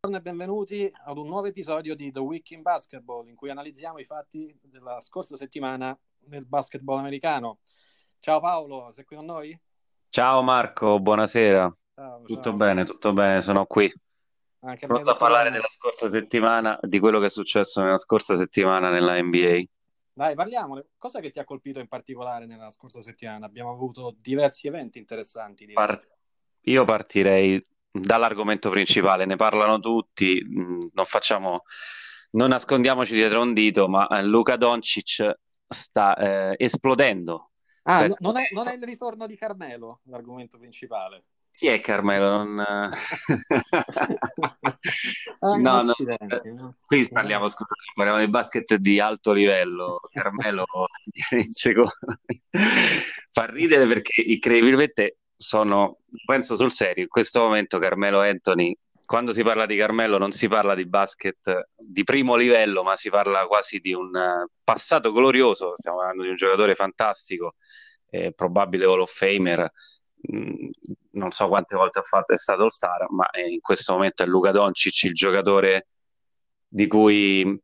Buongiorno e benvenuti ad un nuovo episodio di The Week in Basketball, in cui analizziamo i fatti della scorsa settimana nel basketball americano. Ciao Paolo, sei qui con noi? Ciao Marco, buonasera. Ciao, ciao. Tutto bene, sono qui. Anche a me Pronto a tutto parlare bene? della scorsa settimana, di quello che è successo nella scorsa settimana nella NBA. Dai, parliamone. Cosa che ti ha colpito in particolare nella scorsa settimana? Abbiamo avuto diversi eventi interessanti, direi. Par- Io partirei dall'argomento principale, ne parlano tutti, non nascondiamoci dietro un dito, ma Luka Doncic sta esplodendo. Ah, Sta non è esplodendo. il ritorno di Carmelo, l'argomento principale. Chi è Carmelo? No, no, Accidenti, no? qui parliamo, scusa, parliamo di basket di alto livello. Carmelo viene in secondo. Fa ridere perché incredibilmente penso sul serio, in questo momento Carmelo Anthony, quando si parla di Carmelo non si parla di basket di primo livello, ma si parla quasi di un passato glorioso. Stiamo parlando di un giocatore fantastico, probabile Hall of Famer. mh, Non so quante volte è stato All-Star, ma in questo momento è Luka Doncic il giocatore di cui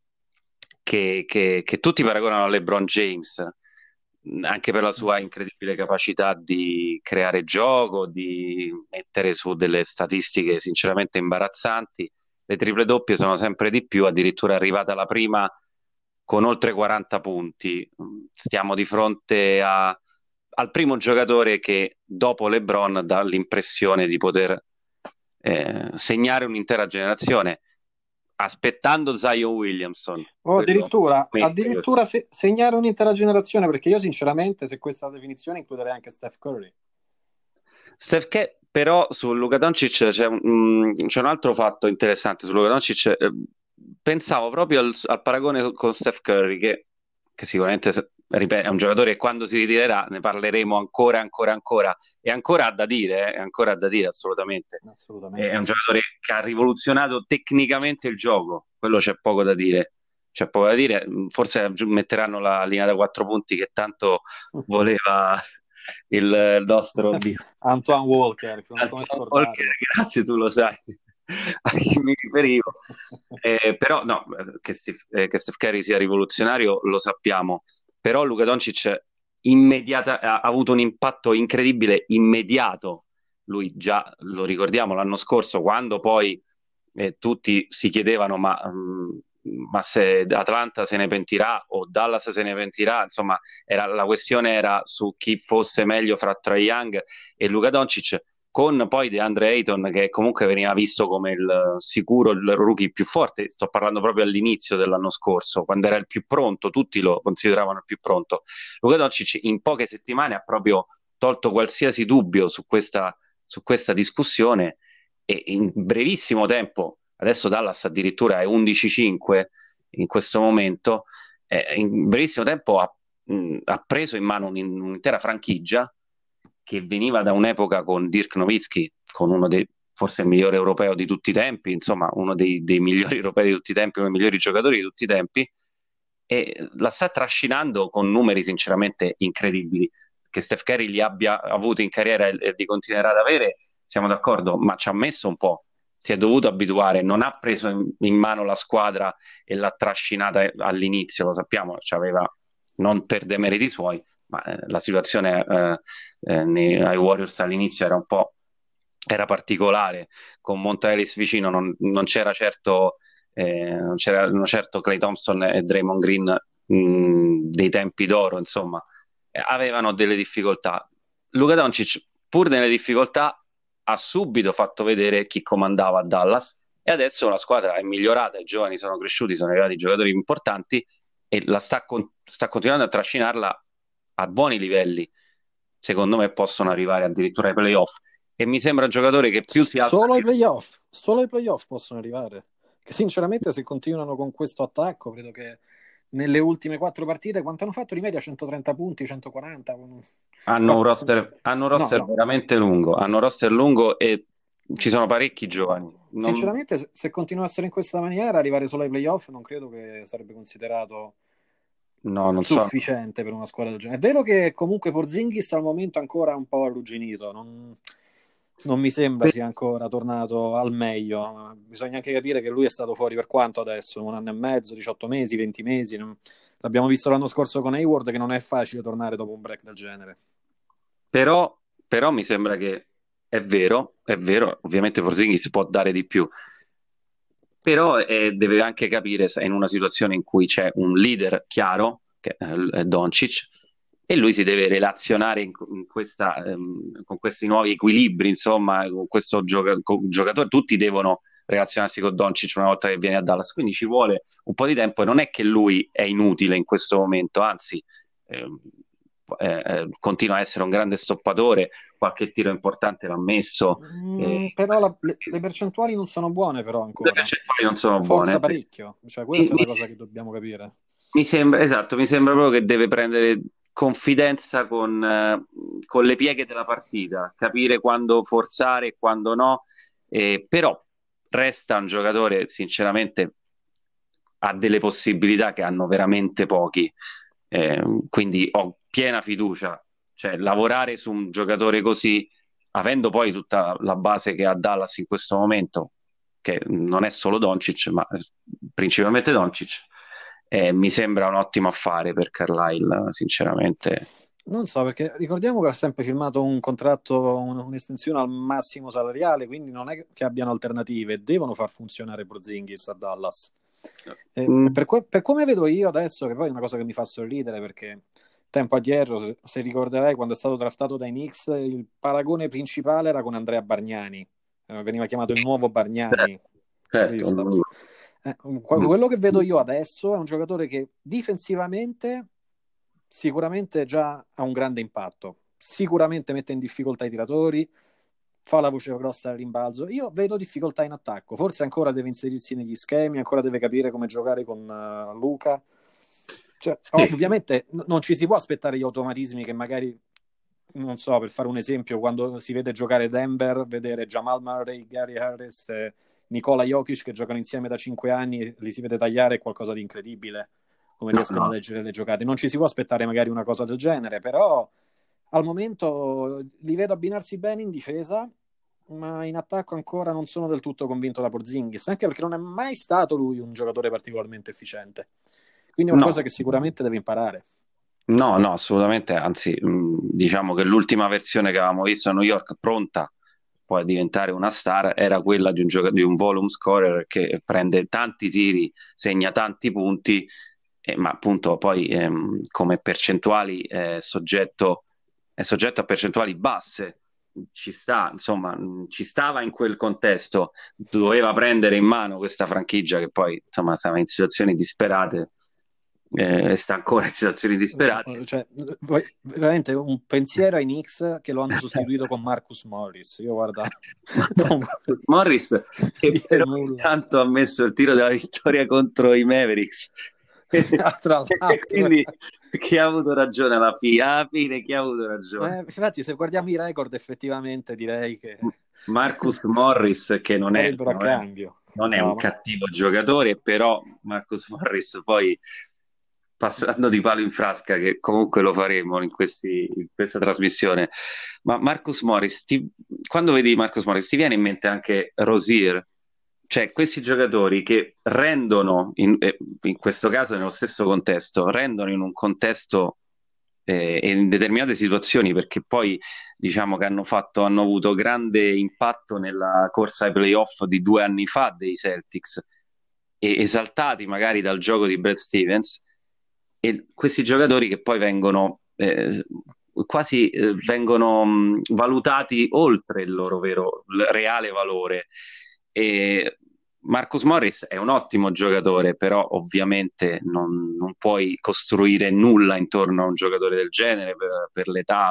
che tutti paragonano a LeBron James, anche per la sua incredibile capacità di creare gioco, di mettere su delle statistiche sinceramente imbarazzanti. Le triple doppie sono sempre di più, addirittura è arrivata la prima con oltre 40 punti. Stiamo di fronte al primo giocatore che dopo LeBron dà l'impressione di poter segnare un'intera generazione, aspettando Zion Williamson. O Quello addirittura, mette addirittura segnare un'intera generazione, perché io sinceramente, se questa è la definizione, includerei anche Steph Curry. Steph Curry, però su Luka Doncic c'è un altro fatto interessante su Luka Doncic. Pensavo proprio al paragone con Steph Curry, che sicuramente è un giocatore che quando si ritirerà ne parleremo ancora, ancora, ancora, e ancora ha da dire, è ancora ha da dire assolutamente. È Assolutamente un sì. giocatore che ha rivoluzionato tecnicamente il gioco, quello c'è poco da dire. C'è poco da dire, forse metteranno la linea da 4 punti che tanto voleva il nostro Dio. Antoine Walker, come Antonio Walker, scordarlo. grazie, tu lo sai a chi mi riferivo. Però no, che Steph Curry sia rivoluzionario lo sappiamo, però Luka Doncic ha avuto un impatto incredibile, immediato. Lui già lo ricordiamo l'anno scorso, quando poi tutti si chiedevano ma se Atlanta se ne pentirà o Dallas se ne pentirà, insomma, la questione era su chi fosse meglio fra Trae Young e Luka Doncic, con poi DeAndre Ayton che comunque veniva visto come il sicuro, il rookie più forte. Sto parlando proprio all'inizio dell'anno scorso, quando era il più pronto, tutti lo consideravano il più pronto. Luka Doncic in poche settimane ha proprio tolto qualsiasi dubbio su questa discussione, e in brevissimo tempo, adesso Dallas addirittura è 11-5 in questo momento, in brevissimo tempo ha preso in mano un'intera franchigia che veniva da un'epoca con Dirk Nowitzki, con uno dei forse il migliore europeo di tutti i tempi, insomma uno dei migliori europei di tutti i tempi, uno dei migliori giocatori di tutti i tempi, e la sta trascinando con numeri sinceramente incredibili. Che Steph Curry li abbia avuti in carriera e li continuerà ad avere, siamo d'accordo, ma ci ha messo un po', si è dovuto abituare, non ha preso in mano la squadra e l'ha trascinata all'inizio, lo sappiamo, c'aveva, non per demeriti suoi, ma la situazione ai Warriors all'inizio era particolare, con Monta Ellis vicino non c'era certo, non certo Klay Thompson e Draymond Green dei tempi d'oro, insomma. Avevano delle difficoltà. Luka Doncic, pur nelle difficoltà, ha subito fatto vedere chi comandava a Dallas, e adesso la squadra è migliorata, i giovani sono cresciuti, sono arrivati giocatori importanti, e sta continuando a trascinarla a buoni livelli. Secondo me possono arrivare addirittura ai playoff, e mi sembra un giocatore che più si alza. Solo ai playoff possono arrivare. Che sinceramente, se continuano con questo attacco, credo che nelle ultime quattro partite, quanto hanno fatto di media? 130 punti, 140? Hanno un No, roster no. veramente lungo, hanno un roster lungo e ci sono parecchi giovani. Sinceramente, se continuassero in questa maniera, arrivare solo ai playoff non credo che sarebbe considerato No, non so. sufficiente per una squadra del genere. È vero che comunque Porzingis al momento è ancora un po' arrugginito, Non mi sembra sia ancora tornato al meglio. Bisogna anche capire che lui è stato fuori per quanto adesso? 1 anno e mezzo, 18 mesi, 20 mesi. L'abbiamo visto l'anno scorso con Hayward, che non è facile tornare dopo un break del genere. Però mi sembra che è vero, ovviamente Porzingis può dare di più, però deve anche capire se è in una situazione in cui c'è un leader chiaro, che è Doncic, e lui si deve relazionare con questi nuovi equilibri, insomma, con questo giocatore. Tutti devono relazionarsi con Doncic una volta che viene a Dallas, quindi ci vuole un po' di tempo e non è che lui è inutile in questo momento, anzi, ehm, continua a essere un grande stoppatore, qualche tiro importante l'ha messo. Però le percentuali non sono buone, però Le ancora. percentuali non sono buone. Forza parecchio. Cioè, Mi, questa è mi- la cosa che dobbiamo capire. mi sembra, esatto, mi sembra proprio che deve prendere confidenza con le pieghe della partita, capire quando forzare e quando no, però resta un giocatore, sinceramente, ha delle possibilità che hanno veramente pochi. Quindi ho piena fiducia, cioè lavorare su un giocatore così, avendo poi tutta la base che ha Dallas in questo momento, che non è solo Doncic, ma principalmente Doncic, mi sembra un ottimo affare per Carlisle, sinceramente. Non so, perché ricordiamo che ha sempre firmato un contratto, un'estensione al massimo salariale, quindi non è che abbiano alternative, devono far funzionare Porzingis a Dallas. Mm, Per come vedo io adesso, che poi è una cosa che mi fa sorridere, perché tempo addietro, se ricorderai, quando è stato draftato dai Knicks, il paragone principale era con Andrea Bargnani. Veniva chiamato il nuovo Bargnani, certo. Kristaps. Mm, Quello che vedo io adesso è un giocatore che difensivamente sicuramente già ha un grande impatto, sicuramente mette in difficoltà i tiratori, fa la voce grossa al rimbalzo. Io vedo difficoltà in attacco, forse ancora deve inserirsi negli schemi, ancora deve capire come giocare con Luca. Cioè, sì. ovviamente non ci si può aspettare gli automatismi che magari, non so, per fare un esempio, quando si vede giocare Denver, vedere Jamal Murray, Gary Harris, Nikola Jokic che giocano insieme da 5 anni, li si vede tagliare, è qualcosa di incredibile come No, riescono a no. leggere le giocate. Non ci si può aspettare magari una cosa del genere, però al momento li vedo abbinarsi bene in difesa, ma in attacco ancora non sono del tutto convinto da Porzingis, anche perché non è mai stato lui un giocatore particolarmente efficiente. Quindi è qualcosa No. che sicuramente deve imparare. No, no, assolutamente, anzi, diciamo che l'ultima versione che avevamo visto a New York pronta poi a diventare una star era quella di un volume scorer che prende tanti tiri, segna tanti punti, ma appunto poi come percentuali è soggetto a percentuali basse. Ci sta, insomma, ci stava in quel contesto, doveva prendere in mano questa franchigia che poi, insomma, stava in situazioni disperate, e sta ancora in situazioni disperate. Cioè, veramente un pensiero ai Knicks che lo hanno sostituito con Marcus Morris. Io guarda, non Marcus vorrei Morris che dire però nulla. intanto ha messo il tiro della vittoria contro i Mavericks. Tra E l'altro, quindi chi ha avuto ragione alla fine chi ha avuto ragione? infatti, se guardiamo i record, effettivamente direi che Marcus Morris che farebbero a cambio. non è un No, ma cattivo giocatore, però Marcus Morris poi passando di palo in frasca, che comunque lo faremo in questa trasmissione. Ma Marcus Morris, quando vedi Marcus Morris, ti viene in mente anche Rosier? Cioè, questi giocatori che rendono, in questo caso nello stesso contesto, rendono in un contesto e in determinate situazioni, perché poi diciamo che hanno avuto grande impatto nella corsa ai playoff di 2 anni fa dei Celtics, e esaltati magari dal gioco di Brad Stevens, e questi giocatori che poi vengono quasi vengono valutati oltre il loro reale valore. E Marcus Morris è un ottimo giocatore, però ovviamente non puoi costruire nulla intorno a un giocatore del genere per l'età,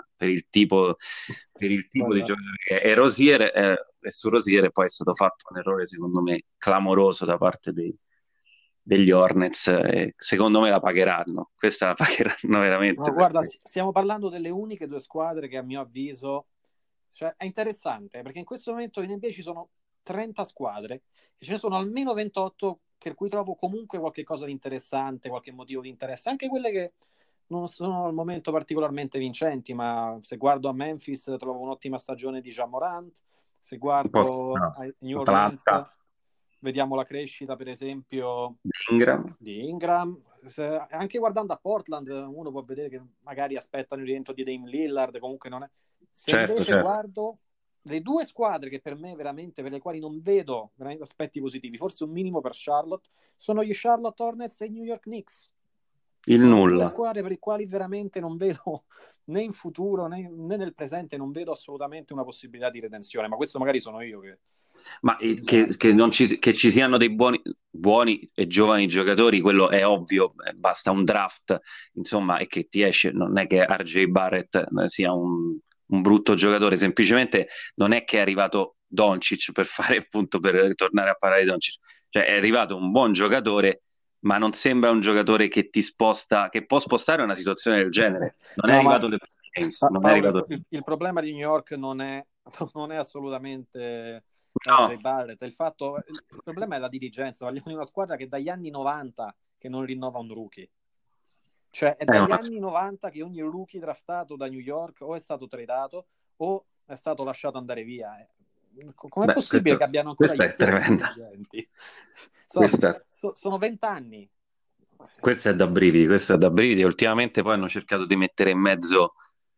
per il tipo di guarda, giocatore che è. E Rosier, e su Rosier poi è stato fatto un errore, secondo me, clamoroso da parte degli Hornets. E secondo me la pagheranno. Questa la pagheranno veramente no, guarda, perché. stiamo parlando delle uniche due squadre che a mio avviso, cioè, è interessante perché in questo momento in NBA ci sono 30 squadre e ce ne sono almeno 28 per cui trovo comunque qualche cosa di interessante, qualche motivo di interesse, anche quelle che non sono al momento particolarmente vincenti, ma se guardo a Memphis trovo un'ottima stagione di Ja Morant, se Un po' guardo no, a New Orleans Atlanta, vediamo la crescita, per esempio, Ingram. di Ingram. Anche guardando a Portland uno può vedere che magari aspettano il rientro di Dame Lillard, comunque non è. Se Certo, invece certo. guardo le due squadre che per me veramente, per le quali non vedo veramente aspetti positivi, forse un minimo per Charlotte, sono gli Charlotte Hornets e i New York Knicks. Il Sono due nulla. squadre per le quali veramente non vedo né in futuro né nel presente, non vedo assolutamente una possibilità di redenzione, ma questo magari sono io che Ma esagero. che ci siano dei buoni e giovani giocatori, quello è ovvio, basta un draft, insomma, e che ti esce. Non è che RJ Barrett sia un brutto giocatore, semplicemente non è che è arrivato Doncic per fare appunto per tornare a parlare di Doncic, cioè è arrivato un buon giocatore, ma non sembra un giocatore che ti sposta, che può spostare una situazione del genere. Non è No, ma arrivato LeBron James, non è Paolo, arrivato. il problema di New York non è assolutamente No, RJ Barrett. Il problema è la dirigenza. Parliamo di una squadra che dagli anni 90 che non rinnova un rookie. Cioè, è è dagli una anni 90 che ogni rookie draftato da New York o è stato tradato o è stato lasciato andare via. Com'è Beh, possibile che abbiano ancora questa gli è stessi tremenda. dirigenti? Sono, Questa, sono 20 anni. questa è da brividi, questa è da brividi. Ultimamente poi hanno cercato di mettere in mezzo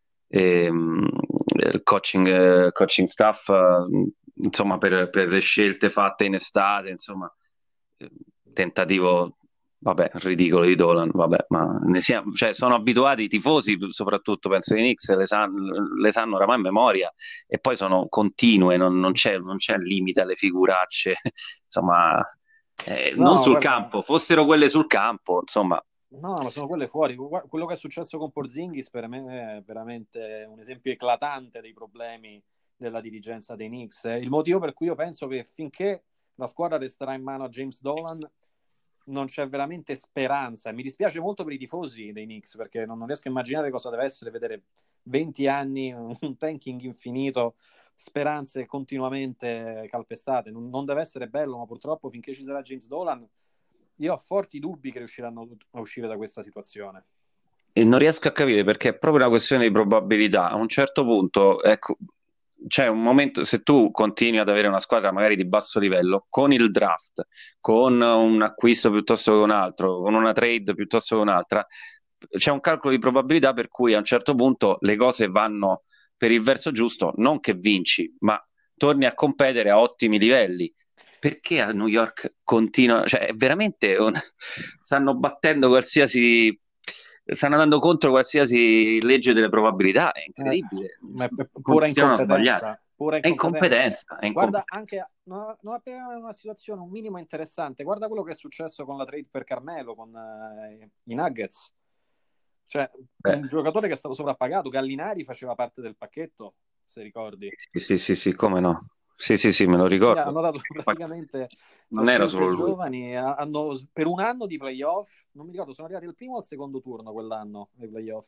ehm, il coaching staff, insomma, per le scelte fatte in estate, insomma, eh, tentativo, vabbè, ridicolo di Dolan, vabbè, ma cioè, sono abituati i tifosi, soprattutto penso ai Knicks, le sanno oramai a memoria e poi sono continue, non c'è limite alle figuracce, insomma, non No, sul guarda, campo, fossero quelle sul campo, insomma, no, ma sono quelle fuori. Quello che è successo con Porzingis per me è veramente un esempio eclatante dei problemi della dirigenza dei Knicks. Il motivo per cui io penso che finché la squadra resterà in mano a James Dolan non c'è veramente speranza. Mi dispiace molto per i tifosi dei Knicks perché non riesco a immaginare cosa deve essere vedere 20 anni, un tanking infinito, speranze continuamente calpestate. Non deve essere bello, ma purtroppo finché ci sarà James Dolan io ho forti dubbi che riusciranno a uscire da questa situazione. e non riesco a capire perché è proprio una questione di probabilità. A un certo punto, ecco, c'è un momento, se tu continui ad avere una squadra magari di basso livello, con il draft, con un acquisto piuttosto che un altro, con una trade piuttosto che un'altra, c'è un calcolo di probabilità per cui a un certo punto le cose vanno per il verso giusto, non che vinci, ma torni a competere a ottimi livelli. Perché a New York continua, cioè è veramente stanno battendo qualsiasi, stanno andando contro qualsiasi legge delle probabilità, è incredibile, Ma è pura continuano a sbagliare. incompetenza, pura È incompetenza. incompetenza, è Guarda, incompetenza. anche non appena una situazione un minimo interessante. Guarda quello che è successo con la trade per Carmelo, con i Nuggets. Cioè, Beh, un giocatore che è stato sovrappagato. Gallinari faceva parte del pacchetto, se ricordi. sì, sì, sì, sì, come no? Sì, sì, sì, me lo Sì, ricordo. hanno dato Poi praticamente a non era scelte solo lui. giovani, hanno per un anno di playoff, non mi ricordo, sono arrivati al primo o al secondo turno quell'anno ai playoff.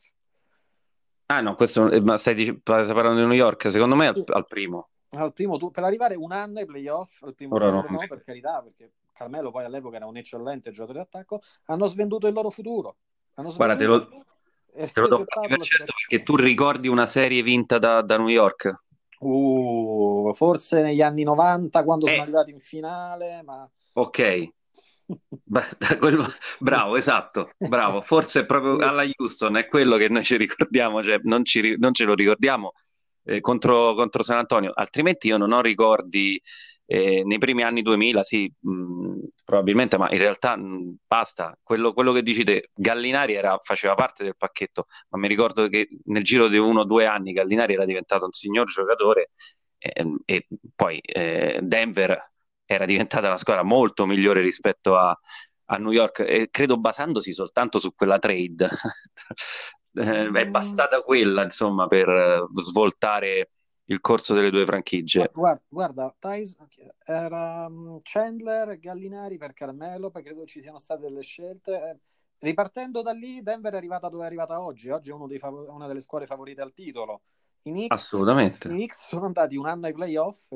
Ah no, questo, ma stai parlando di New York? Secondo me è Sì. al primo. Al primo per arrivare un anno ai playoff, al primo Ora non mi turno, per carità, perché Carmelo poi all'epoca era un eccellente giocatore d'attacco, hanno svenduto il loro futuro. Hanno Guarda, svenduto e te lo do quasi resettato per la certo situazione. perché tu ricordi una serie vinta da New York. Forse negli anni 90 quando sono Eh, arrivati in finale, ma ok. Beh, bravo, esatto, bravo. Forse è proprio sì. alla Houston è quello che noi ci ricordiamo, cioè non ce lo ricordiamo contro San Antonio, altrimenti io non ho ricordi nei primi anni 2000, sì, probabilmente, ma in realtà basta. Quello che dici te, Gallinari faceva parte del pacchetto, ma mi ricordo che nel giro di 1 o 2 anni Gallinari era diventato un signor giocatore e poi Denver era diventata una squadra molto migliore rispetto a New York, e credo basandosi soltanto su quella trade. È Mm, bastata quella, insomma, per svoltare il corso delle due franchigie. guarda, era Chandler, Gallinari per Carmelo, perché credo ci siano state delle scelte. Ripartendo da lì, Denver è arrivata dove è arrivata oggi. Oggi è una delle squadre favorite al titolo. I Assolutamente. Knicks sono andati un anno ai playoff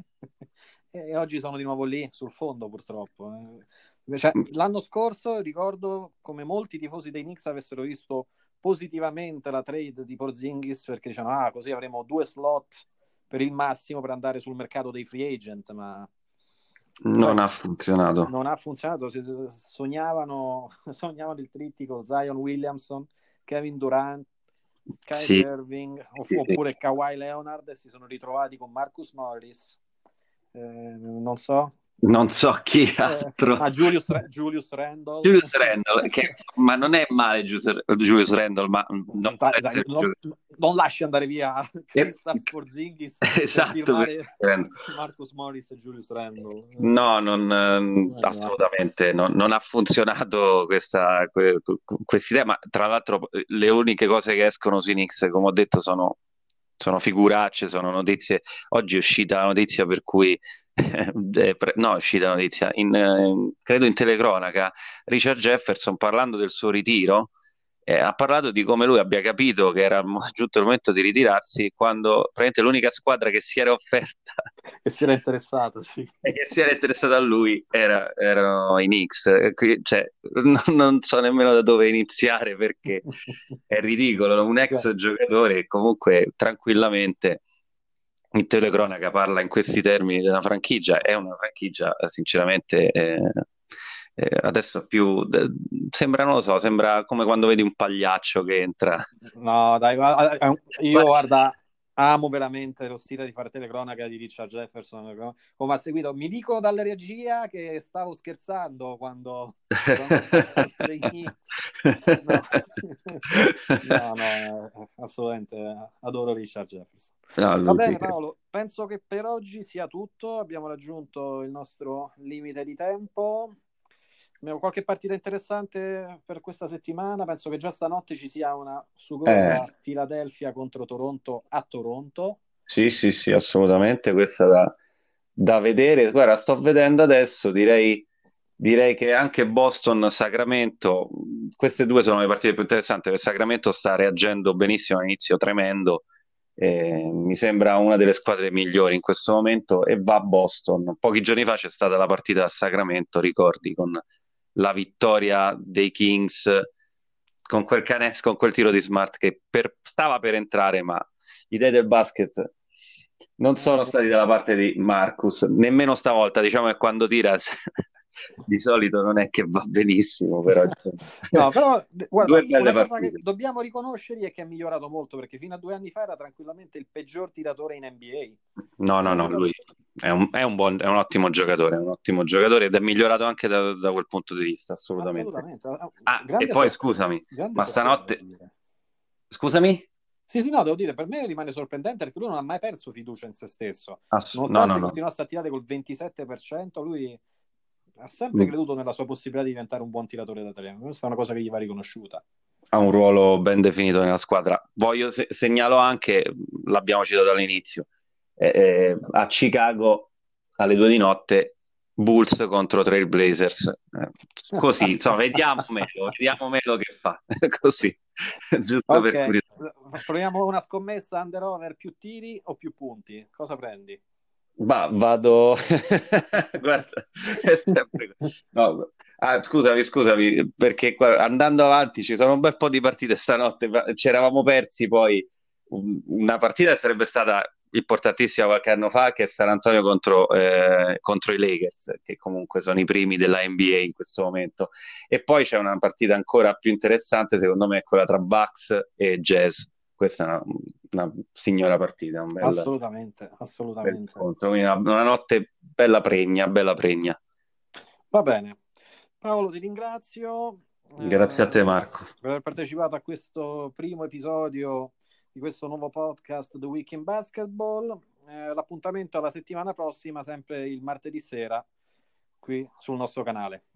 e oggi sono di nuovo lì sul fondo, purtroppo. Cioè, l'anno scorso ricordo come molti tifosi dei Knicks avessero visto positivamente la trade di Porzingis, perché dicevano così avremo 2 slot per il massimo per andare sul mercato dei free agent, ma Non ha funzionato. non ha funzionato. Sognavano il trittico Zion Williamson, Kevin Durant, Sì. Kyrie Irving oppure Kawhi Leonard, e si sono ritrovati con Marcus Morris, non so chi altro. Julius Randle. Julius Randle, ma non è male Julius Randle, ma non vuole essere non lasci andare via Kristaps Porzingis esatto, per firmare Marcus Morris e Julius Randle. No, assolutamente non ha funzionato questa idea, ma tra l'altro le uniche cose che escono sui Knicks, come ho detto, sono figuracce, sono notizie. Oggi è uscita la notizia per cui no, è uscita la notizia credo in telecronaca, Richard Jefferson, parlando del suo ritiro, ha parlato di come lui abbia capito che era giunto il momento di ritirarsi quando praticamente l'unica squadra che si era offerta che si era interessata, sì. e che si era interessata a lui erano i Knicks. Cioè, non so nemmeno da dove iniziare, perché è ridicolo. Un ex giocatore che comunque tranquillamente in telecronaca parla in questi termini della franchigia. È una franchigia sinceramente adesso più sembra, non lo so, sembra come quando vedi un pagliaccio che entra. No, dai, io guarda, amo veramente lo stile di fare telecronaca di Richard Jefferson, come ha seguito. Mi dicono dalla regia che stavo scherzando quando no, assolutamente adoro Richard Jefferson. Va bene, Paolo, penso che per oggi sia tutto. Abbiamo raggiunto il nostro limite di tempo. Abbiamo qualche partita interessante per questa settimana. Penso che già stanotte ci sia una sugosa Philadelphia contro Toronto a Toronto. Sì, assolutamente, questa da vedere. Guarda, sto vedendo adesso, direi che anche Boston-Sacramento, queste due sono le partite più interessanti, perché Sacramento sta reagendo benissimo all'inizio, tremendo. Mi sembra una delle squadre migliori in questo momento e va a Boston. Pochi giorni fa c'è stata la partita a Sacramento, ricordi, con la vittoria dei Kings, con quel canestro, con quel tiro di Smart che stava per entrare, ma i dei del basket non sono stati dalla parte di Marcus, nemmeno stavolta. Diciamo che quando tira di solito non è che va benissimo, però no, però guarda, due belle una cosa partite. che dobbiamo riconoscergli è che è migliorato molto, perché fino a 2 anni fa era tranquillamente il peggior tiratore in NBA. No, lui è un ottimo giocatore, ed è migliorato anche da quel punto di vista, assolutamente. E poi scusami, ma stanotte... Scusami? Sì, no, devo dire, per me rimane sorprendente perché lui non ha mai perso fiducia in se stesso. Nonostante continuasse a tirare col 27%, lui ha sempre creduto nella sua possibilità di diventare un buon tiratore da tre. Questa è una cosa che gli va riconosciuta. Ha un ruolo ben definito nella squadra. Segnalo anche, l'abbiamo citato all'inizio, a Chicago alle 2 di notte Bulls contro Trail Blazers. Così, insomma, vediamo meglio che fa. Così, giusto per curiosità. Proviamo una scommessa under-over, più tiri o più punti? Cosa prendi? Vado. Guarda, è sempre. No. Scusami, perché andando avanti ci sono un bel po' di partite stanotte, ci eravamo persi poi una partita che sarebbe stata importantissima qualche anno fa, che è San Antonio contro i Lakers, che comunque sono i primi della NBA in questo momento, e poi c'è una partita ancora più interessante secondo me, quella tra Bucks e Jazz. Questa è una signora partita, assolutamente. Una notte bella pregna. Va bene, Paolo, ti ringrazio. Grazie a te, Marco, per aver partecipato a questo primo episodio di questo nuovo podcast The Week in Basketball. L'appuntamento alla settimana prossima, sempre il martedì sera, qui sul nostro canale.